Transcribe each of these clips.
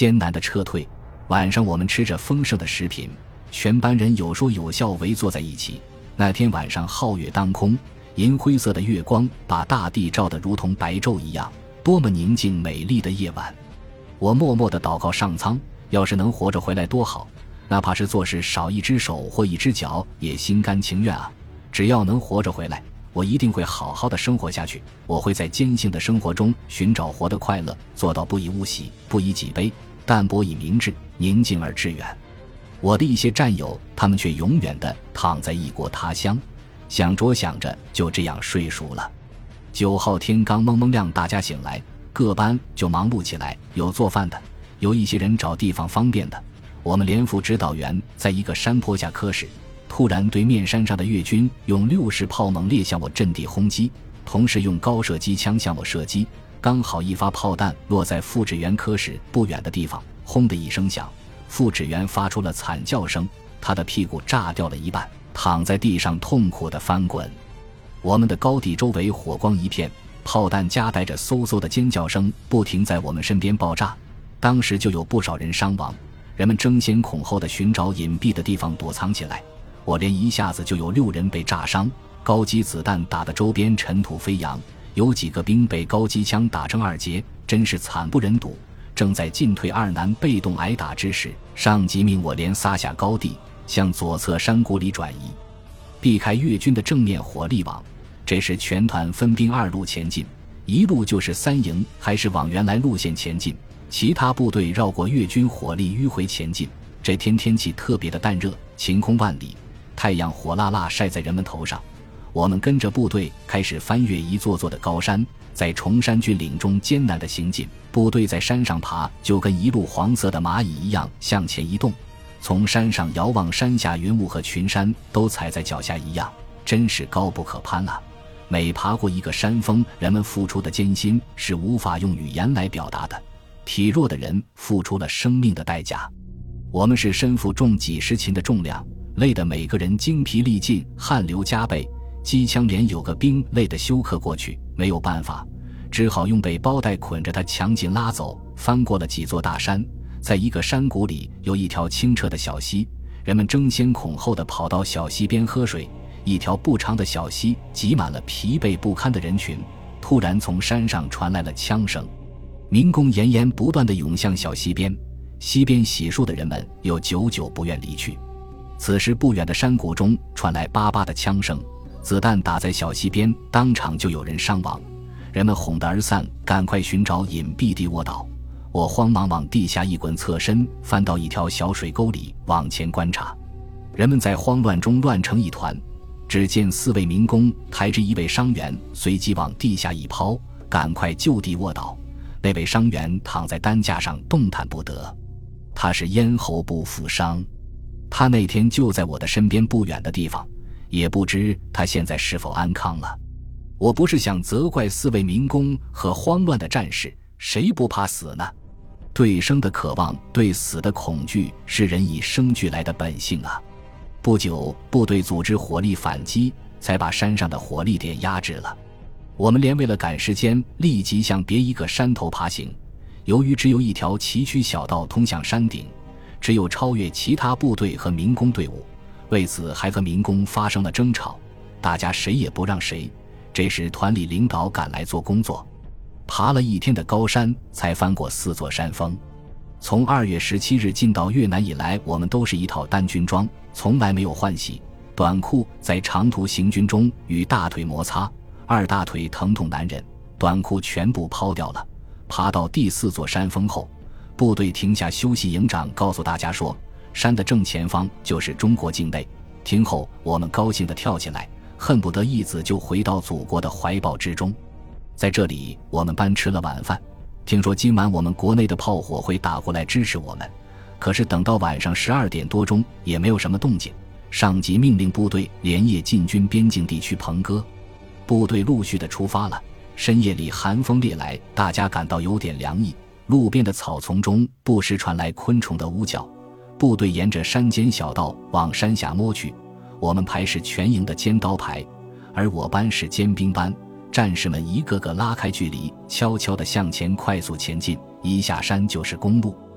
艰难的撤退。晚上我们吃着丰盛的食品，全班人有说有笑围坐在一起。那天晚上皓月当空，银灰色的月光把大地照得如同白昼一样，多么宁静美丽的夜晚。我默默地祷告上苍，要是能活着回来多好，哪怕是做事少一只手或一只脚也心甘情愿啊！只要能活着回来，我一定会好好的生活下去。我会在艰辛的生活中寻找活的快乐，做到不以物喜，不以己悲，淡泊以明志，宁静而致远。我的一些战友，他们却永远地躺在异国他乡，想着想着就这样睡熟了。9号天刚蒙蒙亮，大家醒来，各班就忙碌起来，有做饭的，有一些人找地方方便的。我们连副指导员在一个山坡下科室，突然对面山上的越军用60炮猛烈向我阵地轰击，同时用高射机枪向我射击。刚好一发炮弹落在副指员科室不远的地方，轰的一声响，副指员发出了惨叫声，他的屁股炸掉了一半，躺在地上痛苦地翻滚。我们的高地周围火光一片，炮弹夹带着嗖嗖的尖叫声不停在我们身边爆炸。当时就有不少人伤亡，人们争先恐后地寻找隐蔽的地方躲藏起来。我连一下子就有6人被炸伤，高机子弹打得周边尘土飞扬，有几个兵被高机枪打成2截，真是惨不忍睹。正在进退2难被动挨打之时，上级命我连撒下高地，向左侧山谷里转移，避开越军的正面火力网。这时全团分兵2路前进，一路就是3营，还是往原来路线前进，其他部队绕过越军火力迂回前进。这天天气特别的淡热，晴空万里，太阳火辣辣晒在人们头上。我们跟着部队开始翻越一座座的高山，在崇山峻岭中艰难地行进。部队在山上爬，就跟一路黄色的蚂蚁一样向前移动，从山上遥望山下云雾和群山都踩在脚下一样，真是高不可攀啊！每爬过一个山峰，人们付出的艰辛是无法用语言来表达的。体弱的人付出了生命的代价。我们是身负重几十斤的重量，累得每个人精疲力尽，汗流浃背。机枪连有个兵累得休克过去，没有办法，只好用被包带捆着他强行拉走。翻过了几座大山，在一个山谷里有一条清澈的小溪，人们争先恐后地跑到小溪边喝水。一条不长的小溪挤满了疲惫不堪的人群，突然从山上传来了枪声，民工源源不断地涌向小溪边，溪边洗漱的人们又久久不愿离去。此时不远的山谷中传来叭叭的枪声，子弹打在小溪边，当场就有人伤亡。人们哄得而散，赶快寻找隐蔽地卧倒。我慌忙往地下一滚，侧身翻到一条小水沟里往前观察。人们在慌乱中乱成一团，只见4位民工抬着一位伤员，随即往地下一抛，赶快就地卧倒。那位伤员躺在担架上动弹不得，他是咽喉部负伤。他那天就在我的身边不远的地方，也不知他现在是否安康了。我不是想责怪4位民工和慌乱的战士，谁不怕死呢？对生的渴望，对死的恐惧，是人与生俱来的本性啊。不久，部队组织火力反击，才把山上的火力点压制了。我们连为了赶时间，立即向别一个山头爬行。由于只有一条崎岖小道通向山顶，只有超越其他部队和民工队伍，为此还和民工发生了争吵，大家谁也不让谁。这时团里领导赶来做工作，爬了1天的高山，才翻过4座山峰。从2月17日进到越南以来，我们都是一套单军装，从来没有换洗。短裤在长途行军中与大腿摩擦，2大腿疼痛难忍，短裤全部抛掉了。爬到第4座山峰后，部队停下休息，营长告诉大家说，山的正前方就是中国境内。听后，我们高兴地跳起来，恨不得一子就回到祖国的怀抱之中。在这里，我们班吃了晚饭。听说今晚我们国内的炮火会打过来支持我们，可是等到晚上12点多钟也没有什么动静。上级命令部队连夜进军边境地区彭哥。部队陆续的出发了，深夜里寒风烈来，大家感到有点凉意。路边的草丛中不时传来昆虫的呜叫。部队沿着山间小道往山下摸去，我们排是全营的尖刀排，而我班是尖兵班。战士们一个个拉开距离，悄悄地向前快速前进，一下山就是公路。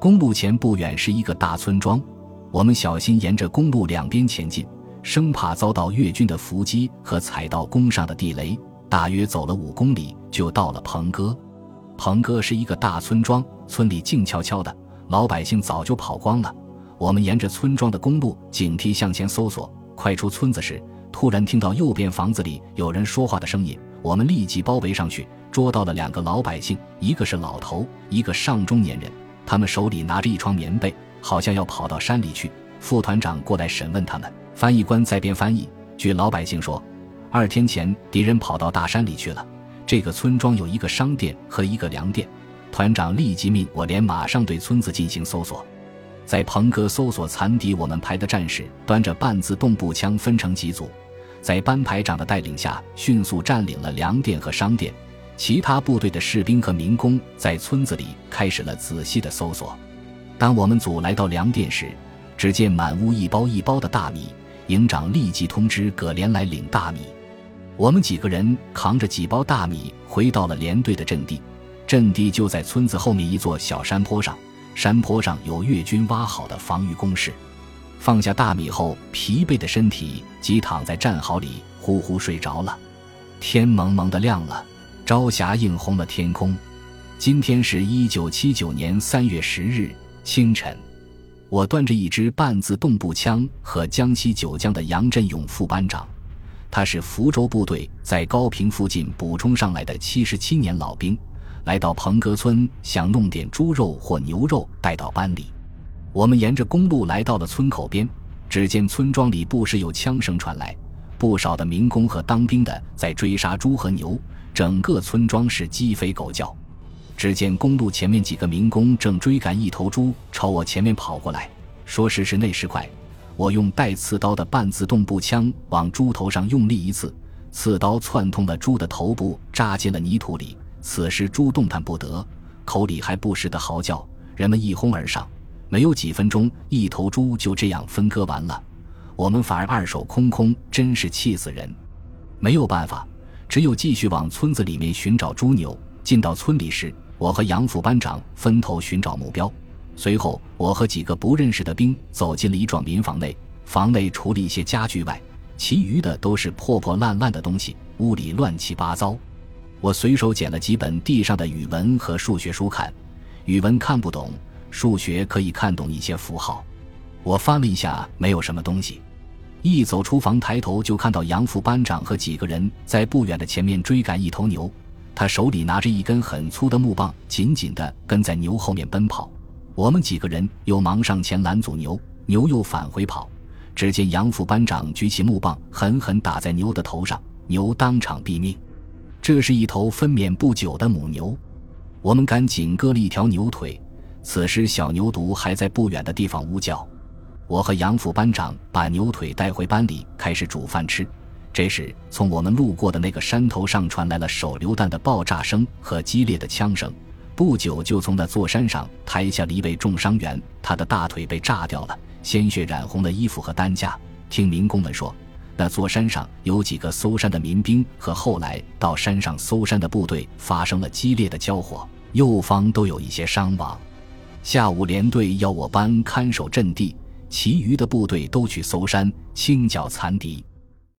公路前不远是一个大村庄，我们小心沿着公路两边前进，生怕遭到越军的伏击和踩到弓上的地雷。大约走了5公里就到了彭哥。彭哥是一个大村庄，村里静悄悄的，老百姓早就跑光了。我们沿着村庄的公路警惕向前搜索，快出村子时，突然听到右边房子里有人说话的声音，我们立即包围上去，捉到了2个老百姓，一个是老头，一个上中年人，他们手里拿着一床棉被，好像要跑到山里去。副团长过来审问他们，翻译官在边翻译。据老百姓说，2天前敌人跑到大山里去了，这个村庄有一个商店和一个粮店。团长立即命我连马上对村子进行搜索。在彭哥搜索残敌，我们排的战士端着半自动步枪分成几组，在班排长的带领下迅速占领了粮店和商店。其他部队的士兵和民工在村子里开始了仔细的搜索。当我们组来到粮店时，只见满屋一包一包的大米，营长立即通知葛连来领大米。我们几个人扛着几包大米回到了连队的阵地，阵地就在村子后面一座小山坡上，山坡上有越军挖好的防御工事。放下大米后，疲惫的身体即躺在战壕里呼呼睡着了。天蒙蒙的亮了，朝霞映红了天空。今天是1979年3月10日清晨，我端着一支半自动步枪和江西九江的杨振勇副班长，他是福州部队在高平附近补充上来的77年老兵，来到彭哥村想弄点猪肉或牛肉带到班里。我们沿着公路来到了村口边，只见村庄里不时有枪声传来，不少的民工和当兵的在追杀猪和牛，整个村庄是鸡飞狗叫。只见公路前面几个民工正追赶一头猪朝我前面跑过来，说时迟那时快，我用带刺刀的半自动步枪往猪头上用力一刺，刺刀窜通了猪的头部，扎进了泥土里。此时猪动弹不得，口里还不时地嚎叫，人们一哄而上，没有几分钟，一头猪就这样分割完了。我们反而2手空空，真是气死人。没有办法，只有继续往村子里面寻找猪牛。进到村里时，我和杨副班长分头寻找目标。随后我和几个不认识的兵走进了一幢民房内，房内除了一些家具外，其余的都是破破烂烂的东西，屋里乱七八糟。我随手捡了几本地上的语文和数学书看，语文看不懂，数学可以看懂一些符号。我翻了一下，没有什么东西。一走出房，抬头就看到杨副班长和几个人在不远的前面追赶一头牛，他手里拿着一根很粗的木棒，紧紧地跟在牛后面奔跑。我们几个人又忙上前拦阻牛，牛又返回跑。只见杨副班长举起木棒，狠狠打在牛的头上，牛当场毙命。这是一头分娩不久的母牛，我们赶紧割了一条牛腿，此时小牛犊还在不远的地方呜叫。我和杨副班长把牛腿带回班里，开始煮饭吃。这时从我们路过的那个山头上传来了手榴弹的爆炸声和激烈的枪声，不久就从那座山上抬下了一位重伤员，他的大腿被炸掉了，鲜血染红了衣服和担架。听民工们说，那座山上有几个搜山的民兵和后来到山上搜山的部队发生了激烈的交火，右方都有一些伤亡。下午连队要我班看守阵地，其余的部队都去搜山清剿残敌。